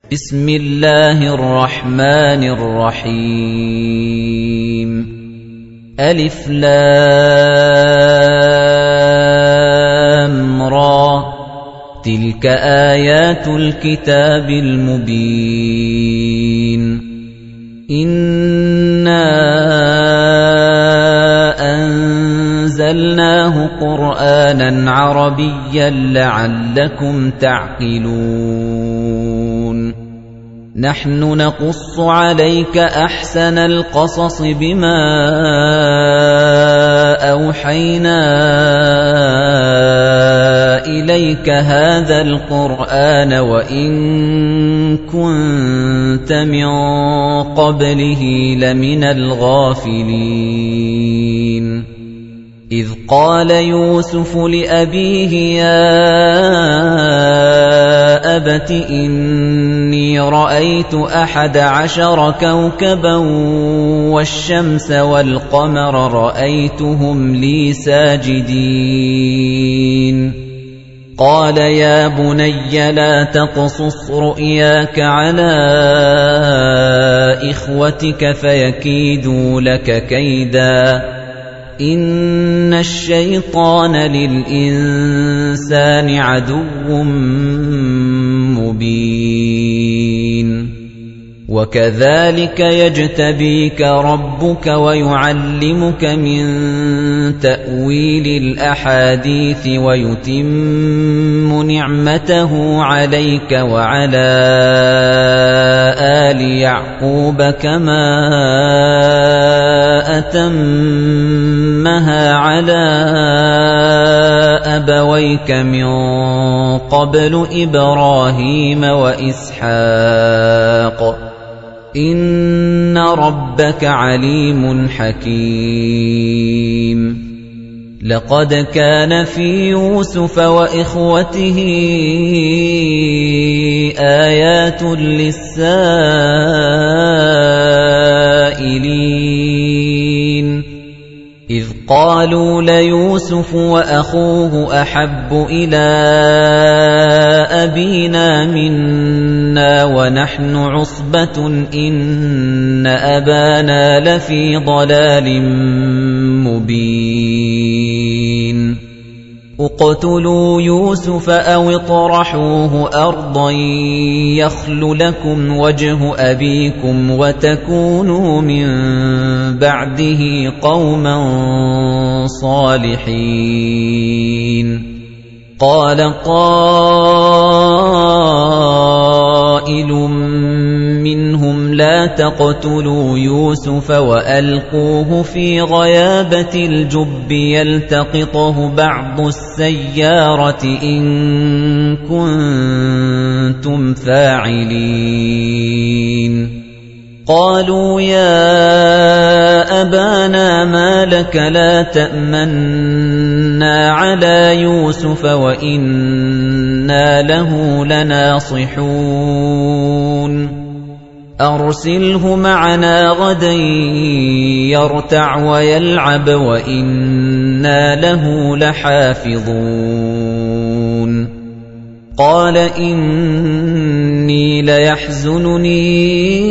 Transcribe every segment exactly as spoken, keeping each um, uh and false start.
بسم الله الرحمن الرحيم ألف لام را تلك آيات الكتاب المبين إنا أنزلناه قرآنا عربيا لعلكم تعقلون نحن نقص عليك أحسن القصص بما أوحينا إليك هذا القرآن وإن كنت من قبله لمن الغافلين إذ قال يوسف لأبيه يا أبت إني رأيت أحد عشر كوكبا والشمس والقمر رأيتهم لي ساجدين قال يا بني لا تقصص رؤياك على إخوتك فيكيدوا لك كيدا إن الشيطان للإنسان عدو مبين وكذلك يجتبيك ربك ويعلمك من تأويل الأحاديث ويتم نعمته عليك وعلى آل يعقوب كما أتمها على أبويك من قبل إبراهيم وإسحاق إن ربك عليم حكيم لقد كان في يوسف وإخوته آيات للسائلين إذ قالوا ليوسف وأخوه أحب إلى أبينا منا ونحن عصبة إن أبانا لفي ضلال مبين اقتلوا يوسف أو اطرحوه أرضا يخل لكم وجه أبيكم وتكونوا من بعده قوما صالحين قال قائل منهم لا تقتلوا يوسف وألقوه في غيابة الجب يلتقطه بعض السيارة إن كنتم فاعلين قالوا يا أبانا ما لك لا تأمنا على يوسف وإنا له لناصحون أرسله معنا غدا يرتع ويلعب وإنا له لحافظون قال إني ليحزنني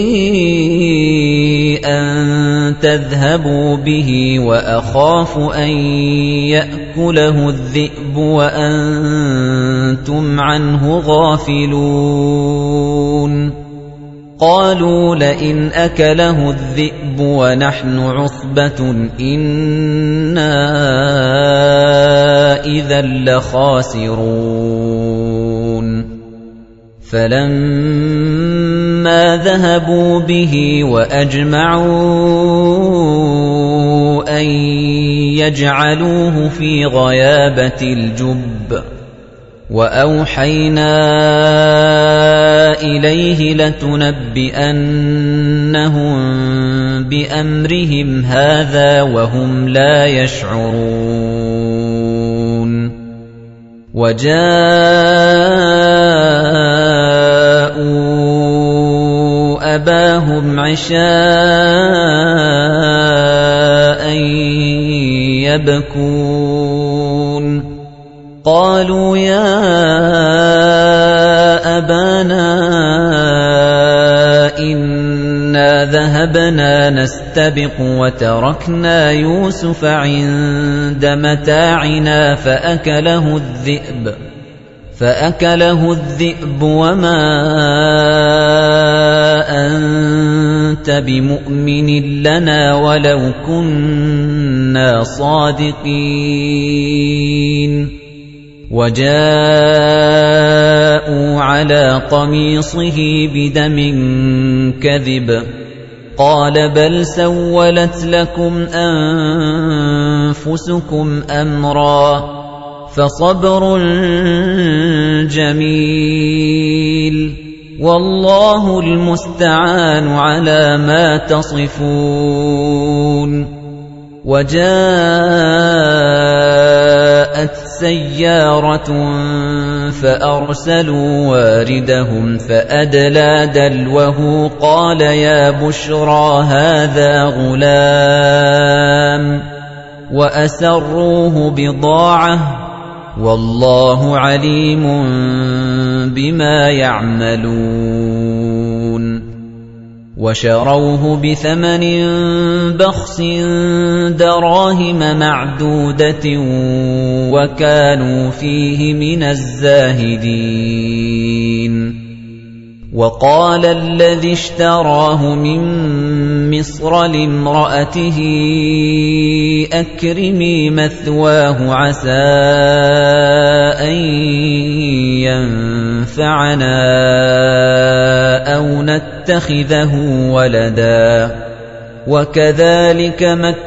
أن تذهبوا به وأخاف أن يأكله الذئب وأنتم عنه غافلون قالوا لئن أكله الذئب ونحن عصبة إنا إذا لخاسرون فلما ذهبوا به وأجمعوا أن يجعلوه في غيابة الجب وأوحينا إليه لتنبئنهم بأمرهم هذا وهم لا يشعرون وجاءوا أباهم عشاء يبكون قالوا يا أبانا ذهبنا نستبق وتركنا يوسف عند متاعنا فأكله الذئب فأكله الذئب وما أنت بمؤمن لنا ولو كنا صادقين وجاءوا على قميصه بدم كذب قال بل سولت لكم أنفسكم أمرا فصبر جميل والله المستعان على ما تصفون وجاءت سيارة فأرسلوا واردهم فأدلى دلوه قال يا بشرى هذا غلام وأسروه بضاعة والله عليم بما يعملون وشروه بثمن بخس دراهم معدودة وكانوا فيه من الزاهدين وقال الذي اشتراه من مصر لامرأته أكرمي مثواه عسى أن ينفعنا أو نتخذه ولدا وكذلك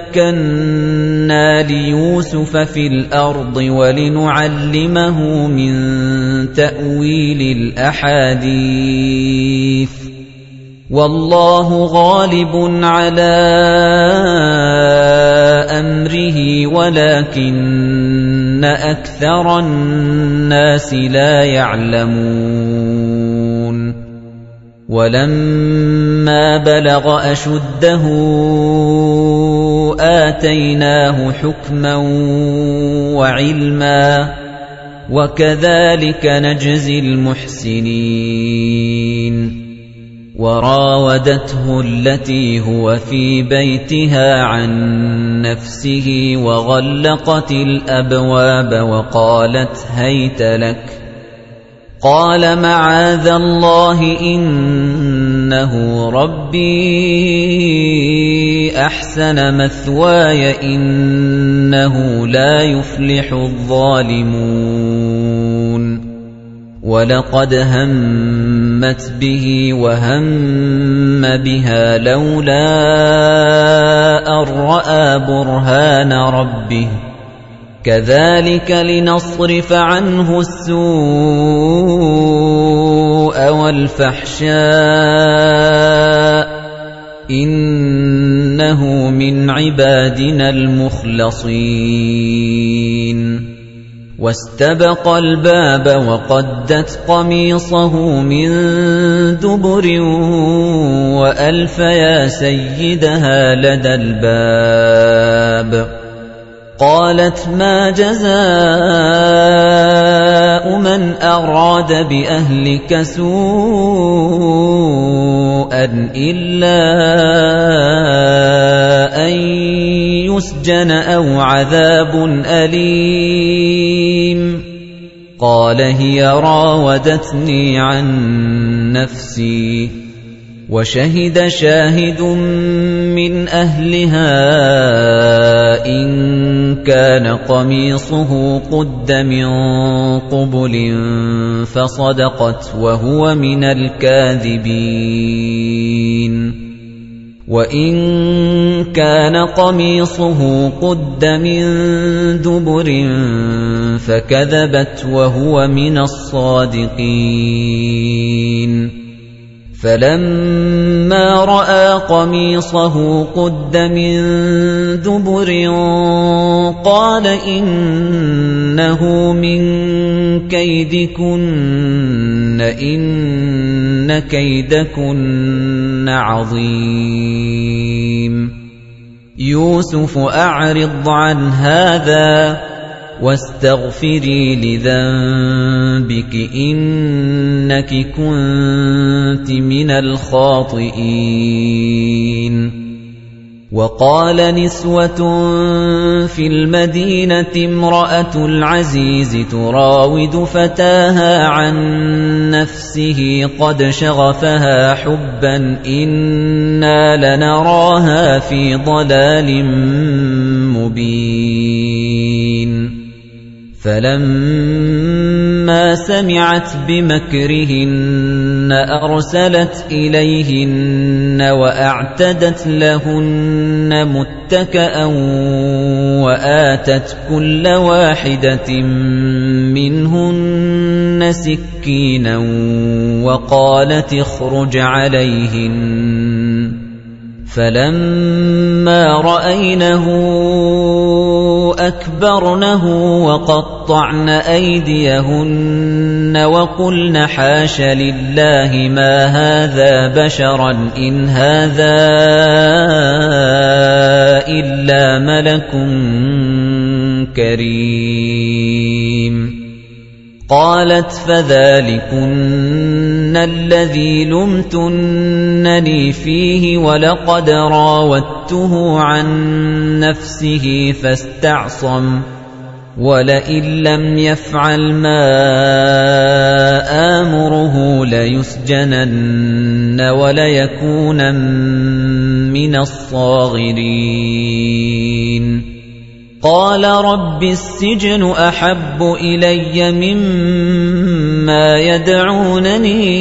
مكنا ليوسف في الأرض ولنعلمه من تأويل الأحاديث والله غالب على أمره ولكن أكثر الناس لا يعلمون ولما بلغ أشده آتيناه حكما وعلما وكذلك نجزي المحسنين وراودته التي هو في بيتها عن نفسه وغلقت الأبواب وقالت هيت لك قال معاذ الله إنه ربي أحسن مثواي إنه لا يفلح الظالمون ولقد همت به وهم بها لولا أن رأى برهان ربه كذلك لنصرف عنه السوء والفحشاء إنه من عبادنا المخلصين واستبق الباب وقدت قميصه من دبر وألف يا سيدها لدى الباب قالت ما جزاء من أراد بأهلك سوءا إلا أن يسجن أو عذاب أليم قال هي راودتني عن نفسي وشهد شاهد من أهلها إن كان قميصه قد من قبل فصدقت وهو من الكاذبين وإن كان قميصه قد من دبر فكذبت وهو من الصادقين فلما رأى قميصه قد من دبر قال إنه من كيدكن إن كيدكن عظيم يوسف أعرض عن هذا واستغفري لذنبك إنك كنت من الخاطئين وقال نسوة في المدينة امرأة العزيز تراود فتاها عن نفسه قد شغفها حبا إنا لنراها في ضلال مبين فلما سمعت بمكرهن أرسلت إليهن وأعتدت لهن متكأ وآتت كل واحدة منهن سكينا وقالت اخرج عليهن فلما رأينه أكبرنه وقطعن أيديهن وقلن حاش لله ما هذا بشرا إن هذا إلا ملك كريم قالت فذلكن الذي لمتنني فيه ولقد راودته عن نفسه فاستعصم ولئن لم يفعل ما آمره ليسجنن وليكونن من الصاغرين قال رب السجن أحب إلي مما يدعونني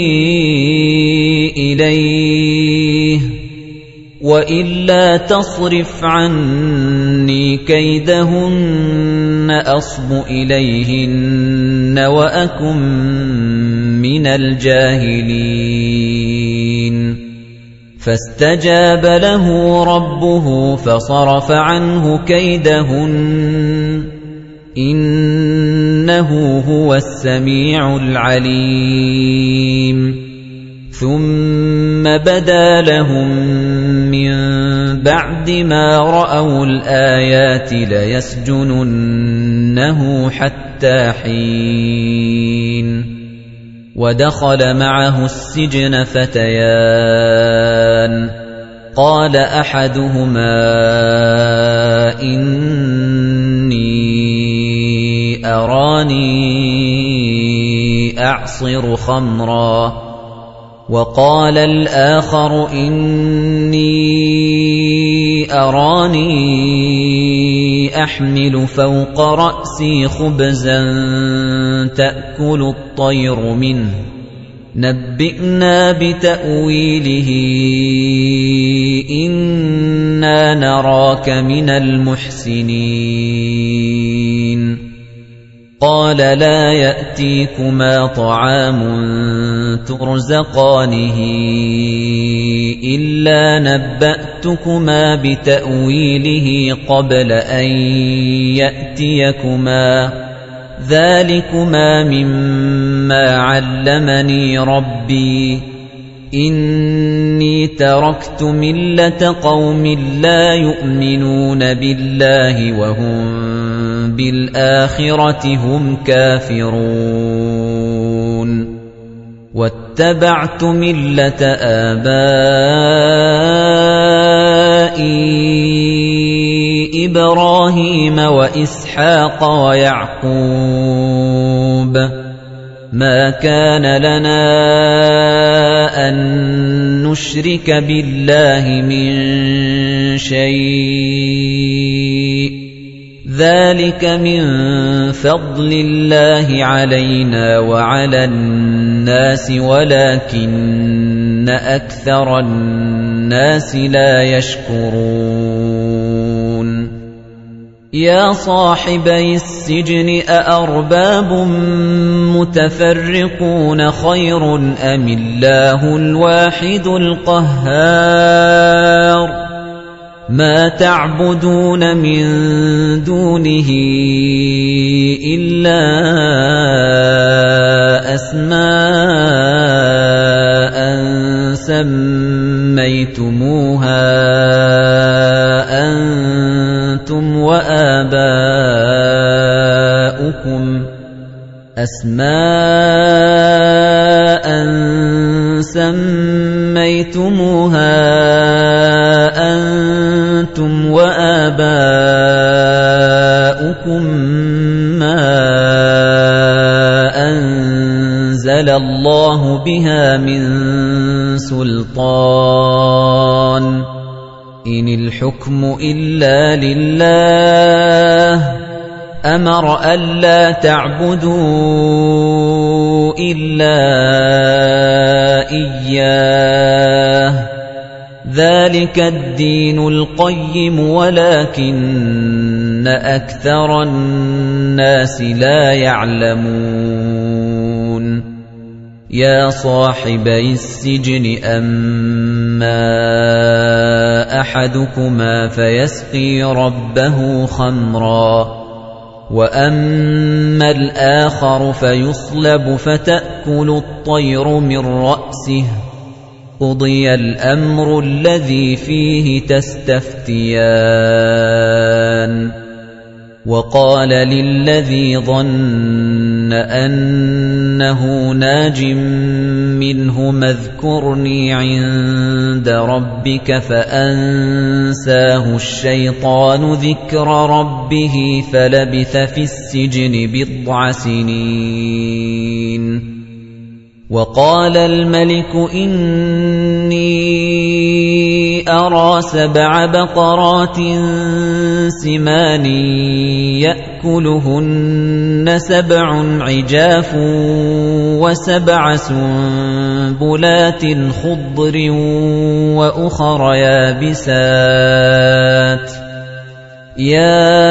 إليه وإلا تصرف عني كيدهن أصب إليهن وأكن من الجاهلين فاستجاب له ربه فصرف عنه كيدهن إنه هو السميع العليم ثم بدا لهم من بعد ما رأوا الآيات ليسجننه حتى حين ودخل معه السجن فتيان قال أحدهما إني أراني أعصر خمرا وقال الآخر إني أراني أحمل فوق رأسي خبزا تأكل الطير منه نبئنا بتأويله إنا نراك من المحسنين قال لا يأتيكما طعام ترزقانه إلا نبأتكما بتأويله قبل أن يأتيكما ذلكما مما علمني ربي إني تركت ملة قوم لا يؤمنون بالله وهم بالآخرة هم كافرون واتبعت ملة آبائي إبراهيم وإسحاق ويعقوب ما كان لنا أن نشرك بالله من شيء ذلك من فضل الله علينا وعلى الناس ولكن أكثر الناس لا يشكرون يا صاحبي السجن أأرباب متفرقون خير أم الله الواحد القهار ما تعبدون من دونه إلا أسماء سميتموها أنتم وآباؤكم أَسْمَاءً سَمَّيْتُمُوهَا أَنتُمْ وَآبَاؤُكُم مَّا أَنزَلَ اللَّهُ بِهَا مِن سُلْطَانٍ إِنِ الْحُكْمُ إِلَّا لِلَّهِ أَمَرَ أَلَّا تَعْبُدُوا إِلَّا إِيَّاهُ ذَلِكَ الدِّينُ الْقَيِّمُ وَلَكِنَّ أَكْثَرَ النَّاسِ لَا يَعْلَمُونَ يَا صَاحِبَيِ السِّجْنِ أَمَّا أَحَدُكُمَا فَيَسْقِي رَبَّهُ خَمْرًا وَأَمَّا الْآخَرُ فَيُصْلَبُ فَتَأْكُلُ الطَّيْرُ مِنْ رَأْسِهِ قُضِيَ الْأَمْرُ الَّذِي فِيهِ تَسْتَفْتِيَانِ وَقَالَ لِلَّذِي ظَنَّ أَنَّهُ نَاجٍ مِّنْهُمَا اذْكُرْنِي عِندَ رَبِّكَ فَأَنسَاهُ الشَّيْطَانُ ذِكْرَ رَبِّهِ فَلَبِثَ فِي السِّجْنِ بِضْعَ سِنِينَ وَقَالَ الْمَلِكُ إِنِّي أَرَى سَبْعَ بَقَرَاتٍ سِمَانٍ يَأْكُلُهُنَّ سَبْعٌ عِجَافٌ وَسَبْعَ سُنبُلَاتٍ خُضْرٍ وَأُخَرَ يَابِسَاتٍ يَا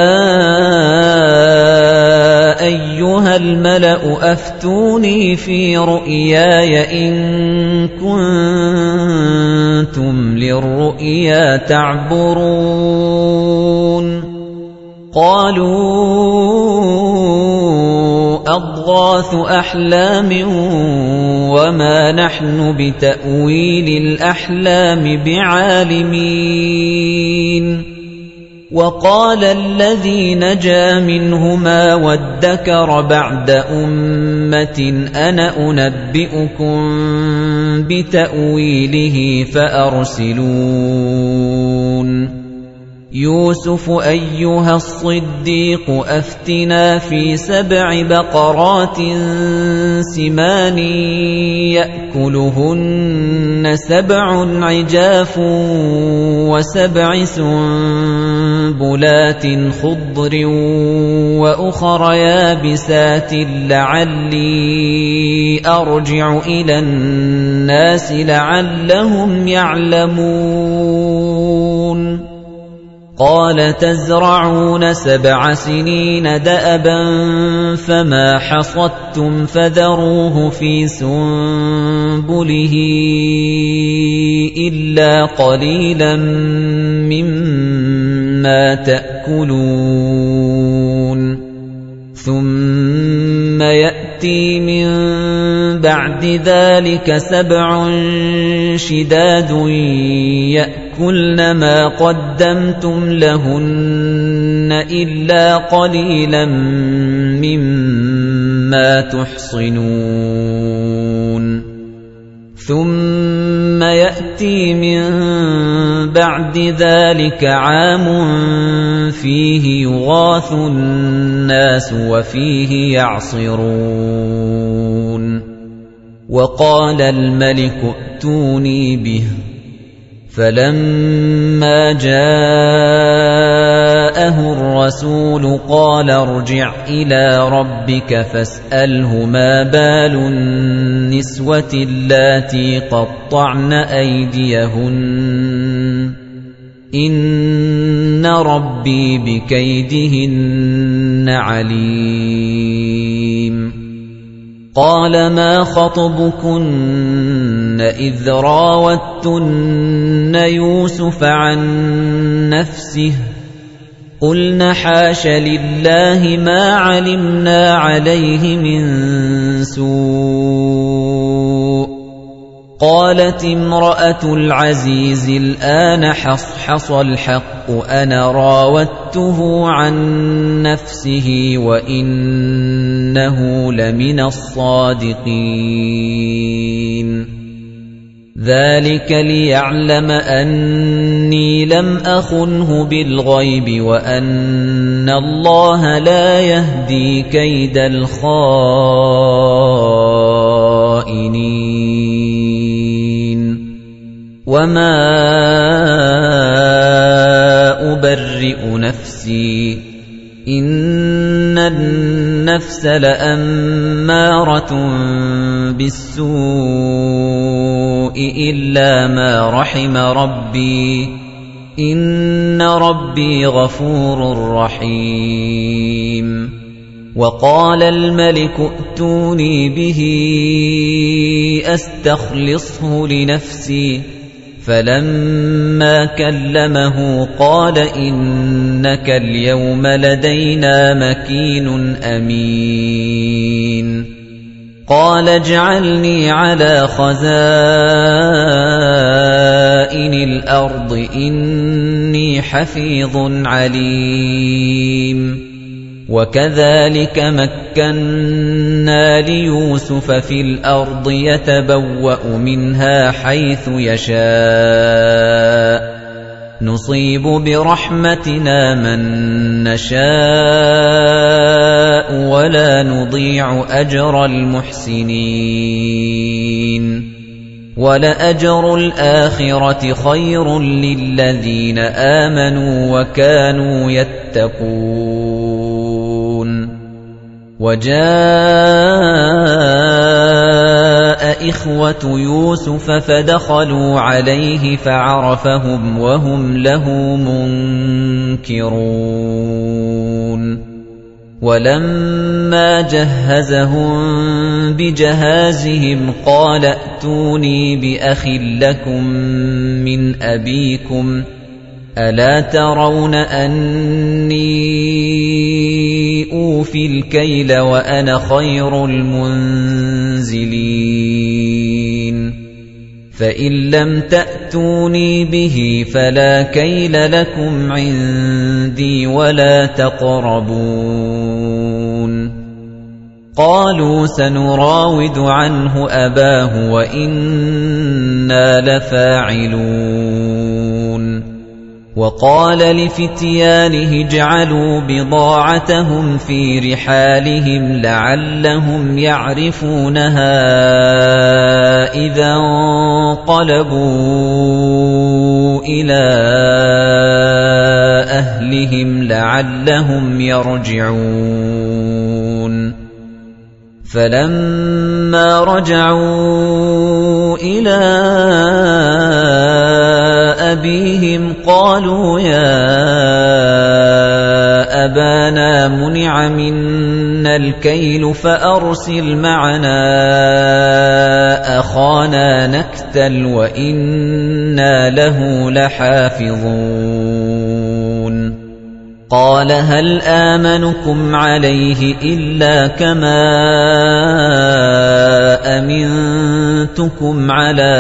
أَيُّهَا الْمَلَأُ أَفْتُونِي فِي رُؤْيَايَ إِن كُنتُمْ لِلرُّؤْيَا تَعْبُرُونَ قَالُوا أَضْغَاثُ أَحْلَامٍ وَمَا نَحْنُ بِتَأْوِيلِ الْأَحْلَامِ بِعَالِمِينَ وَقَالَ الَّذِي نَجَا مِنْهُمَا وَادَّكَرَ بَعْدَ أُمَّةٍ أَنَا أُنَبِّئُكُم بِتَأْوِيلِهِ فَأَرْسِلُونِ يُوسُفُ أَيُّهَا الصِّدِّيقُ أَفْتِنَا فِي سَبْعِ بَقَرَاتٍ سِمَانٍ يَأْكُلُهُنَّ سَبْعٌ عِجَافٌ وَسَبْعِ سُنبُلَاتٍ خُضْرٍ وَأُخَرَ يَابِسَاتٍ لَعَلِّي أَرْجِعُ إِلَى النَّاسِ لَعَلَّهُمْ يَعْلَمُونَ قَالَ تَزْرَعُونَ سَبْعَ سِنِينَ دَأَبًا فَمَا حَصَدتُّمْ فَذَرُوهُ فِي سُنبُلِهِ إِلَّا قَلِيلًا مِّمَّا تَأْكُلُونَ ثُمَّ يَأْتِي مِن بَعْدِ ذَلِكَ سَبْعٌ شِدَادٌ يَأْكُلْنَ مَا قَدَّمْتُمْ لَهُنَّ إِلَّا قَلِيلًا مِّمَّا تُحْصِنُونَ ثُمَّ يَأْتِي مِن بَعْدِ ذَلِكَ عَامٌ فِيهِ يُغَاثُ النَّاسُ وَفِيهِ يَعْصِرُونَ وَقَالَ الْمَلِكُ ائْتُونِي بِهِ فَلَمَّا جَاءَهُ الرَّسُولُ قَالَ ارْجِعْ إِلَى رَبِّكَ فَاسْأَلْهُ مَا بَالُ النِّسْوَةِ اللَّاتِي قَطَّعْنَ أَيْدِيَهُنَّ إِنَّ رَبِّي بِكَيْدِهِنَّ عَلِيمٌ قَالَ مَا خَطْبُكُنَّ إِذْ رَاوَدتُّنَّ يُوسُفَ عَن نَّفْسِهِ قُلْنَ حَاشَ لِلَّهِ مَا عَلِمْنَا عَلَيْهِ مِن سُوءٍ قَالَتِ امْرَأَتُ الْعَزِيزِ الْآنَ حَصْحَصَ الْحَقُّ أَنَا رَاوَدتُّهُ عَن نَّفْسِهِ وَإِنَّهُ إِنَّهُ لَمِنَ الصَّادِقِينَ ذَلِكَ لِيَعْلَمَ أَنِّي لَمْ أَخُنْهُ بِالْغَيْبِ وَأَنَّ اللَّهَ لَا يَهْدِي كَيْدَ الْخَائِنِينَ وَمَا أُبَرِّئُ نَفْسِي إِنَّ النَّفْسَ لَأَمَّارَةٌ بِالسُّوءِ إِلَّا مَا رَحِمَ رَبِّي إِنَّ رَبِّي غَفُورٌ رَّحِيمٌ وَقَالَ الْمَلِكُ ائْتُونِي بِهِ أَسْتَخْلِصْهُ لِنَفْسِي فَلَمَّا كَلَّمَهُ قَالَ إِنَّكَ الْيَوْمَ لَدَيْنَا مَكِينٌ أَمِينٌ قَالَ اجْعَلْنِي عَلَى خَزَائِنِ الْأَرْضِ إِنِّي حَفِيظٌ عَلِيمٌ وَكَذَلِكَ مَكَّنَّا لِيُوسُفَ فِي الْأَرْضِ يَتَبَوَّأُ مِنْهَا حَيْثُ يَشَاءُ نُصِيبُ بِرَحْمَتِنَا مَن نَّشَاءُ وَلَا نُضِيعُ أَجْرَ الْمُحْسِنِينَ وَلَأَجْرُ الْآخِرَةِ خَيْرٌ لِّلَّذِينَ آمَنُوا وَكَانُوا يَتَّقُونَ وَجَاءَ إِخْوَةُ يُوسُفَ فَدَخَلُوا عَلَيْهِ فَعَرَفَهُمْ وَهُمْ لَهُ مُنكِرُونَ وَلَمَّا جَهَّزَهُم بِجَهَازِهِمْ قَالَ ائْتُونِي بِأَخٍ لَّكُم مِّنْ أَبِيكُمْ أَلَا تَرَوْنَ أَنِّي أُوفِي الْكَيْلَ وَأَنَا خَيْرُ الْمُنزِلِينَ فَإِن لَّمْ تَأْتُونِي بِهِ فَلَا كَيْلَ لَكُمْ عِندِي وَلَا تَقْرَبُونَ قَالُوا سَنُرَاوِدُ عَنْهُ أَبَاهُ وَإِنَّا لَفَاعِلُونَ وَقَالَ لِفِتْيَانِهِ اجْعَلُوا بِضَاعَتَهُمْ فِي رِحَالِهِمْ لَعَلَّهُمْ يَعْرِفُونَهَا إِذَا انقَلَبُوا إِلَى أَهْلِهِمْ لَعَلَّهُمْ يَرْجِعُونَ فَلَمَّا رَجَعُوا إِلَى أَبِيهِمْ قَالُوا يَا أَبَانَا مُنِعَ مِنَّا الْكَيْلُ فَأَرْسِلْ مَعَنَا أَخَانَا نَكْتَلْ وَإِنَّا لَهُ لَحَافِظُونَ قَالَ هَلْ آمَنُكُمْ عَلَيْهِ إِلَّا كَمَا أَمِنتُكُمْ عَلَى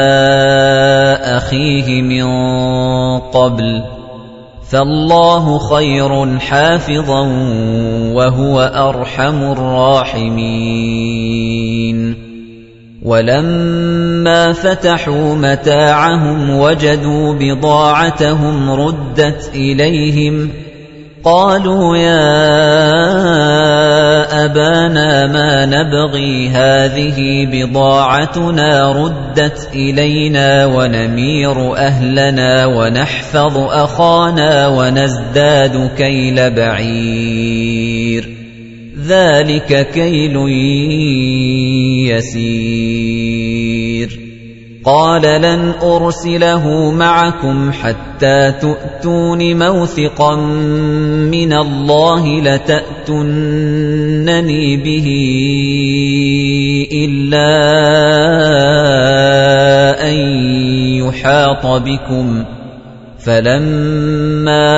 أَخِيهِ مِنْ قَبْلُ فَاللَّهُ خَيْرٌ حَافِظًا وَهُوَ أَرْحَمُ الرَّاحِمِينَ وَلَمَّا فَتَحُوا مَتَاعَهُمْ وَجَدُوا بِضَاعَتَهُمْ رُدَّتْ إِلَيْهِمْ قَالُوا يَا أَبَانَا مَا نَبْغِي هَٰذِهِ بِضَاعَتُنَا رُدَّتْ إِلَيْنَا وَنَمِيرُ أَهْلَنَا وَنَحْفَظُ أَخَانَا وَنَزْدَادُ كَيْلَ بَعِيرٍ ذَلِكَ كَيْلٌ يَسِيرٌ قَالَ لَنْ أُرْسِلَهُ مَعَكُمْ حَتَّى تُؤْتُونِ مَوْثِقًا مِّنَ اللَّهِ لَتَأْتُنَّنِي بِهِ إِلَّا أَن يُحَاطَ بِكُمْ فَلَمَّا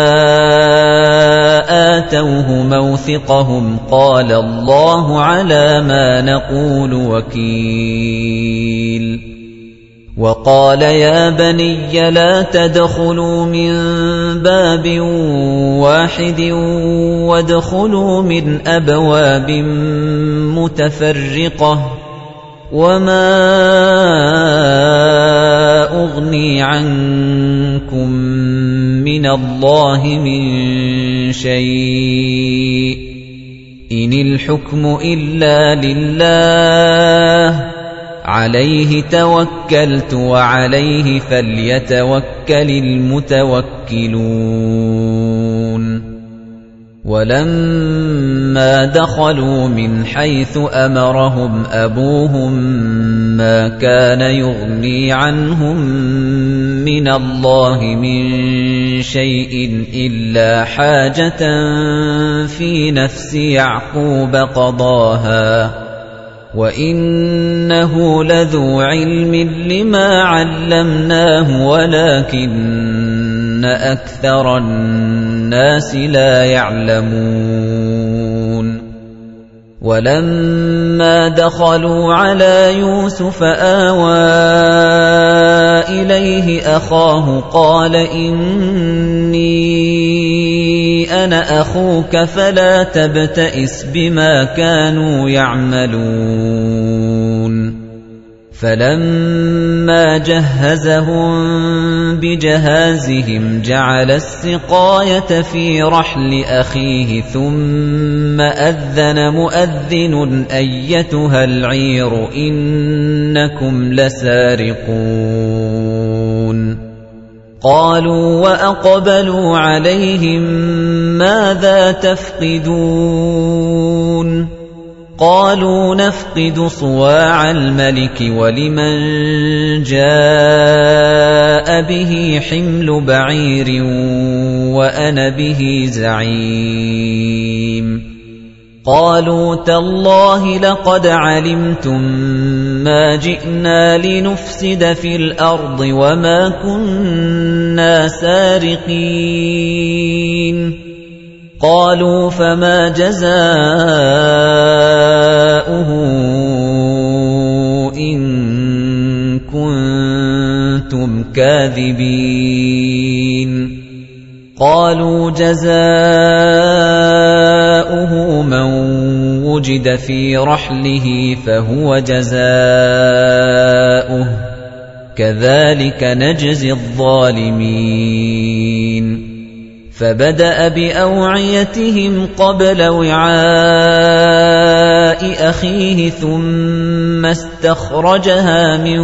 آتَوْهُ مَوْثِقَهُمْ قَالَ اللَّهُ عَلَى مَا نَقُولُ وَكِيلٌ وقال يا بني لا تدخلوا من باب واحد وادخلوا من أبواب متفرقة وما أغني عنكم من الله من شيء إن الحكم إلا لله عليه توكلت وعليه فليتوكل المتوكلون ولما دخلوا من حيث أمرهم أبوهم ما كان يغني عنهم من الله من شيء إلا حاجة في نفس يعقوب قضاها وإنه لذو علم لما علمناه ولكن أكثر الناس لا يعلمون ولما دخلوا على يوسف آوى إليه أخاه قال إني أنا أخوك فلا تبتئس بما كانوا يعملون فلما جهزهم بجهازهم جعل السقاية في رحل أخيه ثم أذن مؤذن أيتها العير إنكم لسارقون قالوا وأقبلوا عليهم ماذا تفقدون قالوا نفقد صواع الملك ولمن جاء به حمل بعير وأنا به زعيم قالوا تالله لقد علمتم ما جئنا لنفسد في الأرض وما كنا سارقين قالوا فما جزاؤه إن كنتم كاذبين قالوا جزاؤه من وجد في رحله فهو جزاؤه كذلك نجزي الظالمين فبدأ بأوعيتهم قبل وعاء أخيه ثم استخرجها من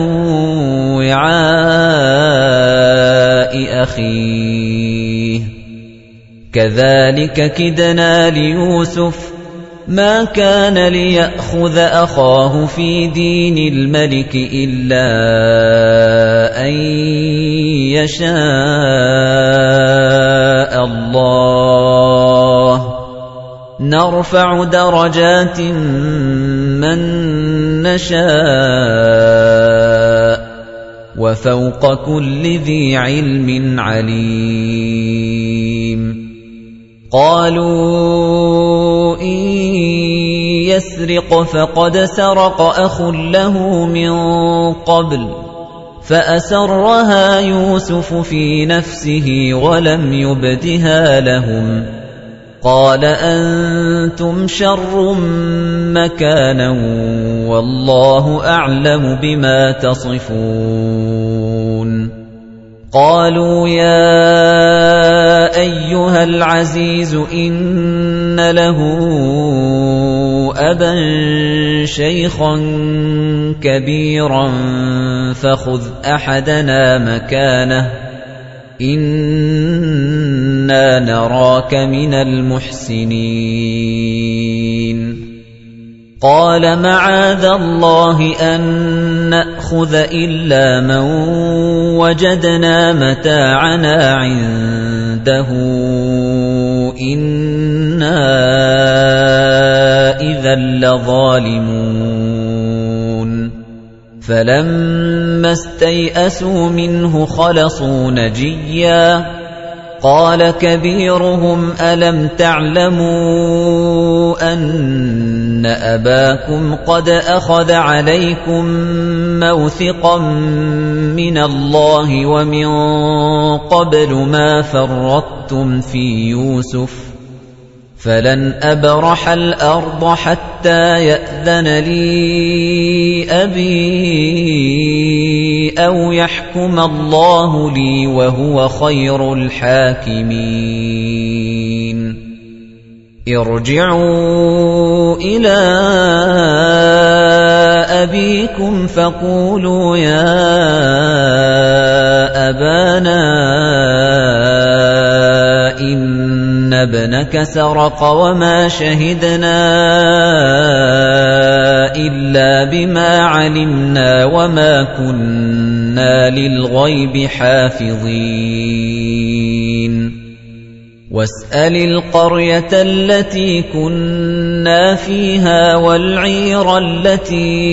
وعاء أخيه كذلك كدنا ليوسف ما كان ليأخذ أخاه في دين الملك إلا أن يشاء الله نرفع درجات من نشاء وفوق كل ذي علم عليم قالوا إن يسرق فقد سرق أخ له من قبل فأسرها يوسف في نفسه ولم يبدها لهم قال أنتم شر مكانا والله أعلم بما تصفون قالوا يا أيها العزيز إن له أبا شيخا كبيرا فخذ أحدنا مكانه إنا نراك من المحسنين قال معاذ الله أن نأخذ إلا من وجدنا متاعنا عنده إنا إذا لظالمون فلما استيئسوا منه خلصوا نجيا قال كبيرهم ألم تعلموا أن أباكم قد أخذ عليكم موثقا من الله ومن قبل ما فرطتم في يوسف فلن أبرح الأرض حتى يأذن لي أبي أو يحكم الله لي وهو خير الحاكمين ارجعوا إلى أبيكم فقولوا يا أبانا إن ابنك سرق وما شهدنا إلا بما علمنا وما كنا للغيب حافظين واسأل القرية التي كنا فيها والعير التي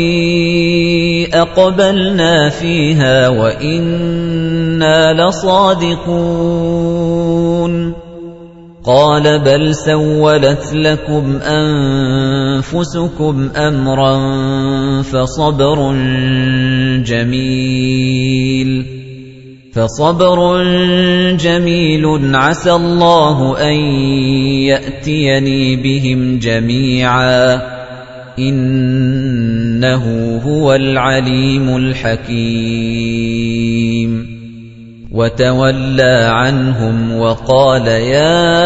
أقبلنا فيها وإنا لصادقون قال بل سولت لكم أنفسكم أمرا فصبر جميل فصبر جميل عسى الله أن يأتيني بهم جميعا إنه هو العليم الحكيم وتولى عنهم وقال يا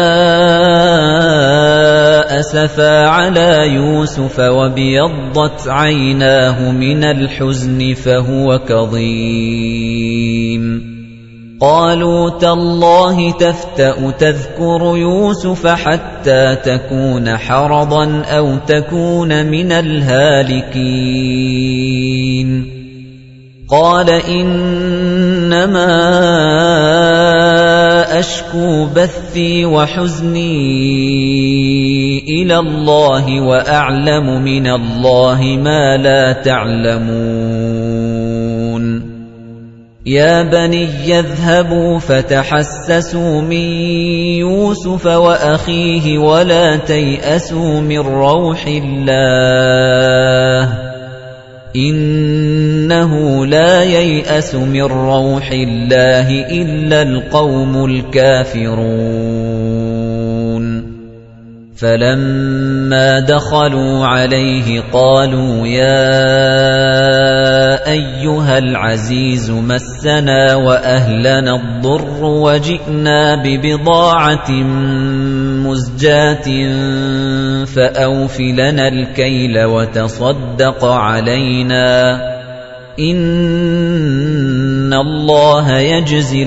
أسفا على يوسف وابيضت عيناه من الحزن فهو كظيم قالوا تالله تفتأ تذكر يوسف حتى تكون حرضا أو تكون من الهالكين قال إنما أشكو بثي وحزني إلى الله وأعلم من الله ما لا تعلمون يا بني يذهبوا فتحسسوا من يوسف وأخيه ولا تيأسوا من روح الله إنه لا ييأس من روح الله إلا القوم الكافرون فلما دخلوا عليه قالوا يا أيها العزيز مسنا وأهلنا الضر وجئنا ببضاعة مزجاة فأوف لنا الكيل وتصدق علينا إن الله يجزي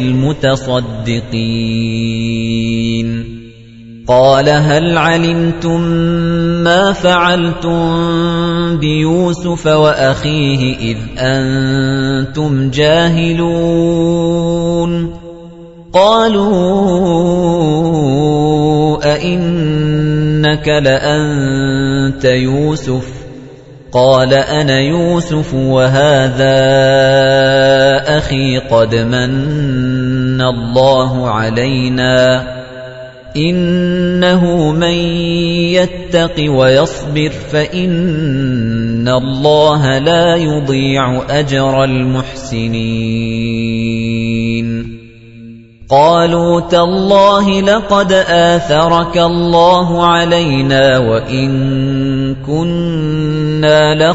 المتصدقين قال هل علمتم ما فعلتم بيوسف وأخيه إذ أنتم جاهلون قالوا أئنك لأنت يوسف قال أنا يوسف وهذا أخي قد من الله علينا إنه من يتق ويصبر فإن الله لا يضيع أجر المحسنين قالوا تالله لقد آثرك الله علينا وإن كنا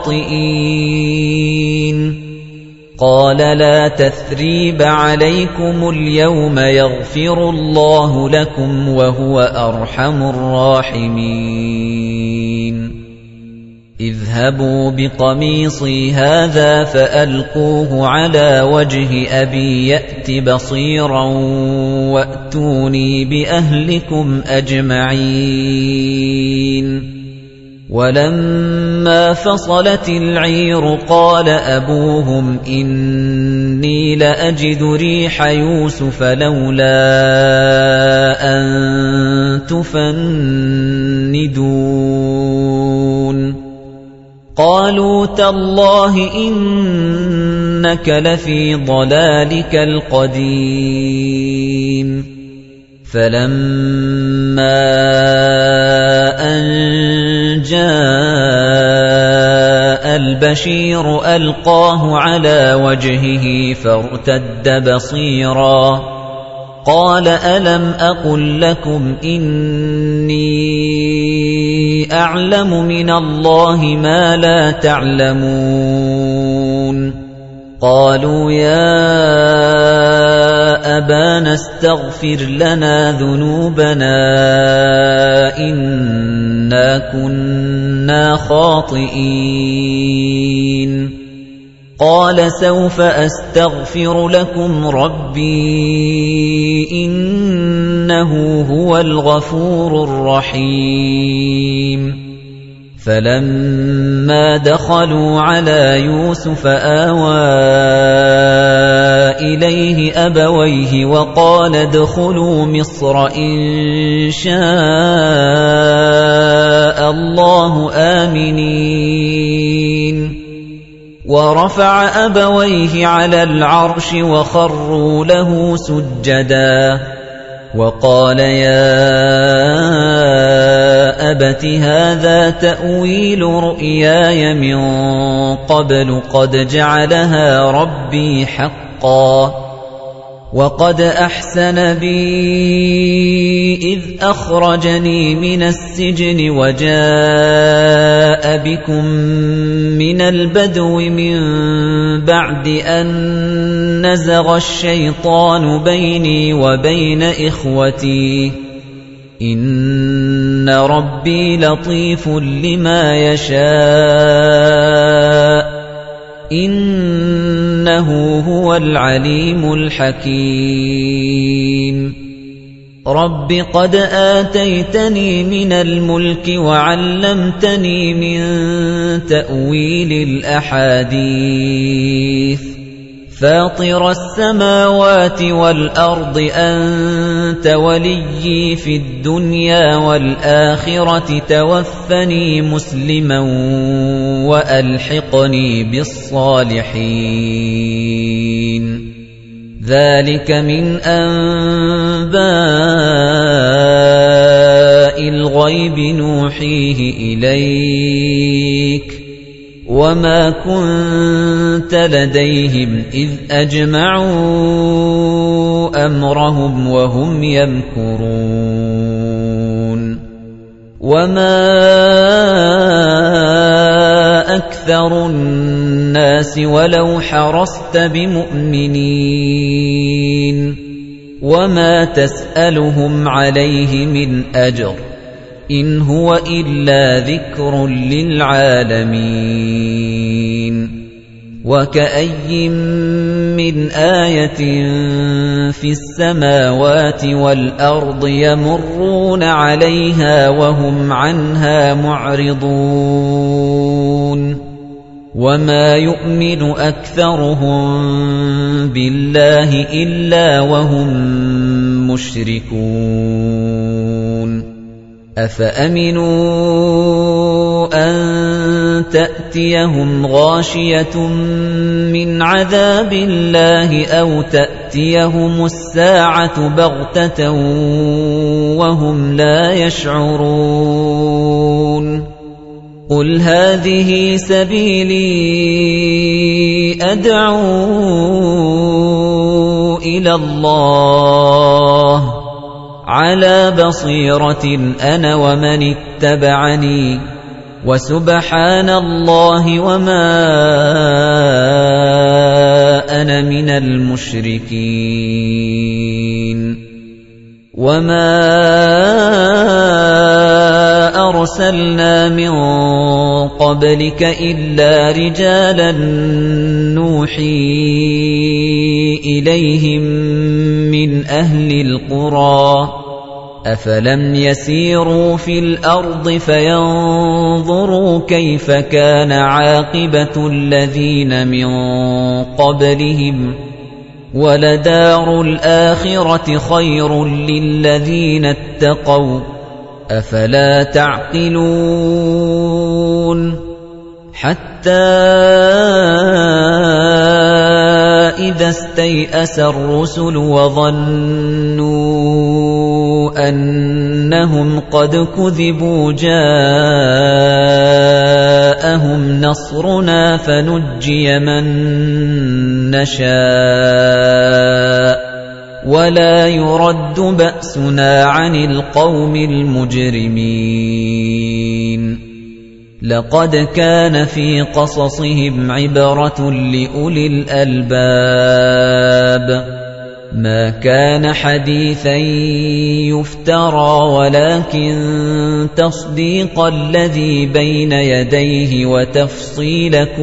لخاطئين قال لا تثريب عليكم اليوم يغفر الله لكم وهو أرحم الراحمين اذهبوا بقميصي هذا فألقوه على وجه أبي يأت بصيرا وأتوني بأهلكم أجمعين ولما فصلت العير قال أبوهم إني لأجد ريح يوسف لولا أن تفندون قالوا تالله إنك لفي ضلالك القديم فَلَمَّا أَن جَاءَ الْبَشِيرُ أَلْقَاهُ عَلَى وَجْهِهِ فَارْتَدَّ بَصِيرًا قَالَ أَلَمْ أَقُل لَّكُمْ إِنِّي أَعْلَمُ مِنَ اللَّهِ مَا لَا تَعْلَمُونَ قَالُوا يَا أَبَانَا اسْتَغْفِرْ لَنَا ذُنُوبَنَا إِنَّا كُنَّا خَاطِئِينَ قَالَ سَوْفَ أَسْتَغْفِرُ لَكُمْ رَبِّي إِنَّهُ هُوَ الْغَفُورُ الرَّحِيمُ فَلَمَّا دَخَلُوا عَلَى يُوسُفَ آوَى إِلَيْهِ أَبَوَيْهِ وَقَالَ ادْخُلُوا مِصْرَ إِن شَاءَ اللَّهُ آمِنِينَ وَرَفَعَ أَبَوَيْهِ عَلَى الْعَرْشِ وَخَرُّوا لَهُ سُجَّدًا وَقَالَ يَا أَبَتِ هَذَا تَأْوِيلُ رُؤْيَايَ مِن قَبْلُ قَدْ جَعَلَهَا رَبِّي حَقًّا وَقَدْ أَحْسَنَ بِي إِذْ أَخْرَجَنِي مِنَ السِّجْنِ وَجَاءَ بِكُم مِّنَ الْبَدْوِ مِن بَعْدِ أَن نَّزَغَ الشَّيْطَانُ بَيْنِي وَبَيْنَ إِخْوَتِي إِنَّ رَبِّي لَطِيفٌ لِّمَا يَشَاءُ إِنَّهُ هُوَ الْعَلِيمُ الْحَكِيمُ رَبِّ قَدْ آتَيْتَنِي مِنَ الْمُلْكِ وَعَلَّمْتَنِي مِن تَأْوِيلِ الْأَحَادِيثِ فَاطِرَ السَّمَاوَاتِ وَالْأَرْضِ أَنْتَ وَلِيِّي فِي الدُّنْيَا وَالْآخِرَةِ تَوَفَّنِي مُسْلِمًا وَأَلْحِقْنِي بِالصَّالِحِينَ ذَلِكَ مِنْ أَنْبَاءِ الْغَيْبِ نُوحِيهِ إِلَيْكَ وَمَا كُنتَ لَدَيْهِمْ إِذْ أَجْمَعُوا أَمْرَهُمْ وَهُمْ يَمْكُرُونَ وَمَا أَكْثَرُ النَّاسِ وَلَوْ حَرَصْتَ بِمُؤْمِنِينَ وَمَا تَسْأَلُهُمْ عَلَيْهِ مِنْ أَجْرٍ إِنْ هُوَ إِلَّا ذِكْرٌ لِلْعَالَمِينَ وَكَأَيِّن مِّنْ آيَةٍ فِي السَّمَاوَاتِ وَالْأَرْضِ يَمُرُّونَ عَلَيْهَا وَهُمْ عَنْهَا مُعْرِضُونَ وَمَا يُؤْمِنُ أَكْثَرُهُم بِاللَّهِ إِلَّا وَهُم مُشْرِكُونَ أَفَأَمِنُوا أَن تَأْتِيَهُمْ غَاشِيَةٌ مِّنْ عَذَابِ اللَّهِ أَوْ تَأْتِيَهُمُ السَّاعَةُ بَغْتَةً وَهُمْ لَا يَشْعُرُونَ قُلْ هَٰذِهِ سَبِيلِي أَدْعُو إِلَى اللَّهِ عَلَى بَصِيرَةٍ أَنَا وَمَنِ اتَّبَعَنِي وَسُبْحَانَ اللَّهِ وَمَا أَنَا مِنَ الْمُشْرِكِينَ وَمَا أَرْسَلْنَا مِن قَبْلِكَ إِلَّا رِجَالًا نُّوحِي إِلَيْهِم مِّنْ أَهْلِ الْقُرَىٰ أَفَلَمْ يَسِيرُوا فِي الْأَرْضِ فَيَنظُرُوا كَيْفَ كَانَ عَاقِبَةُ الَّذِينَ مِن قَبْلِهِمْ وَلَدَارُ الْآخِرَةِ خَيْرٌ لِّلَّذِينَ اتَّقَوْا أَفَلَا تَعْقِلُونَ حَتَّى إِذَا اسْتَيْأَسَ الرُّسُلُ وَظَنُّوا أنهم قد كذبوا جاءهم نصرنا فنجي من نشاء ولا يرد بأسنا عن القوم المجرمين لقد كان في قصصهم عبرة لأولي الألباب ما كان حديثا يفترى ولكن تصديق الذي بين يديه وتفصيل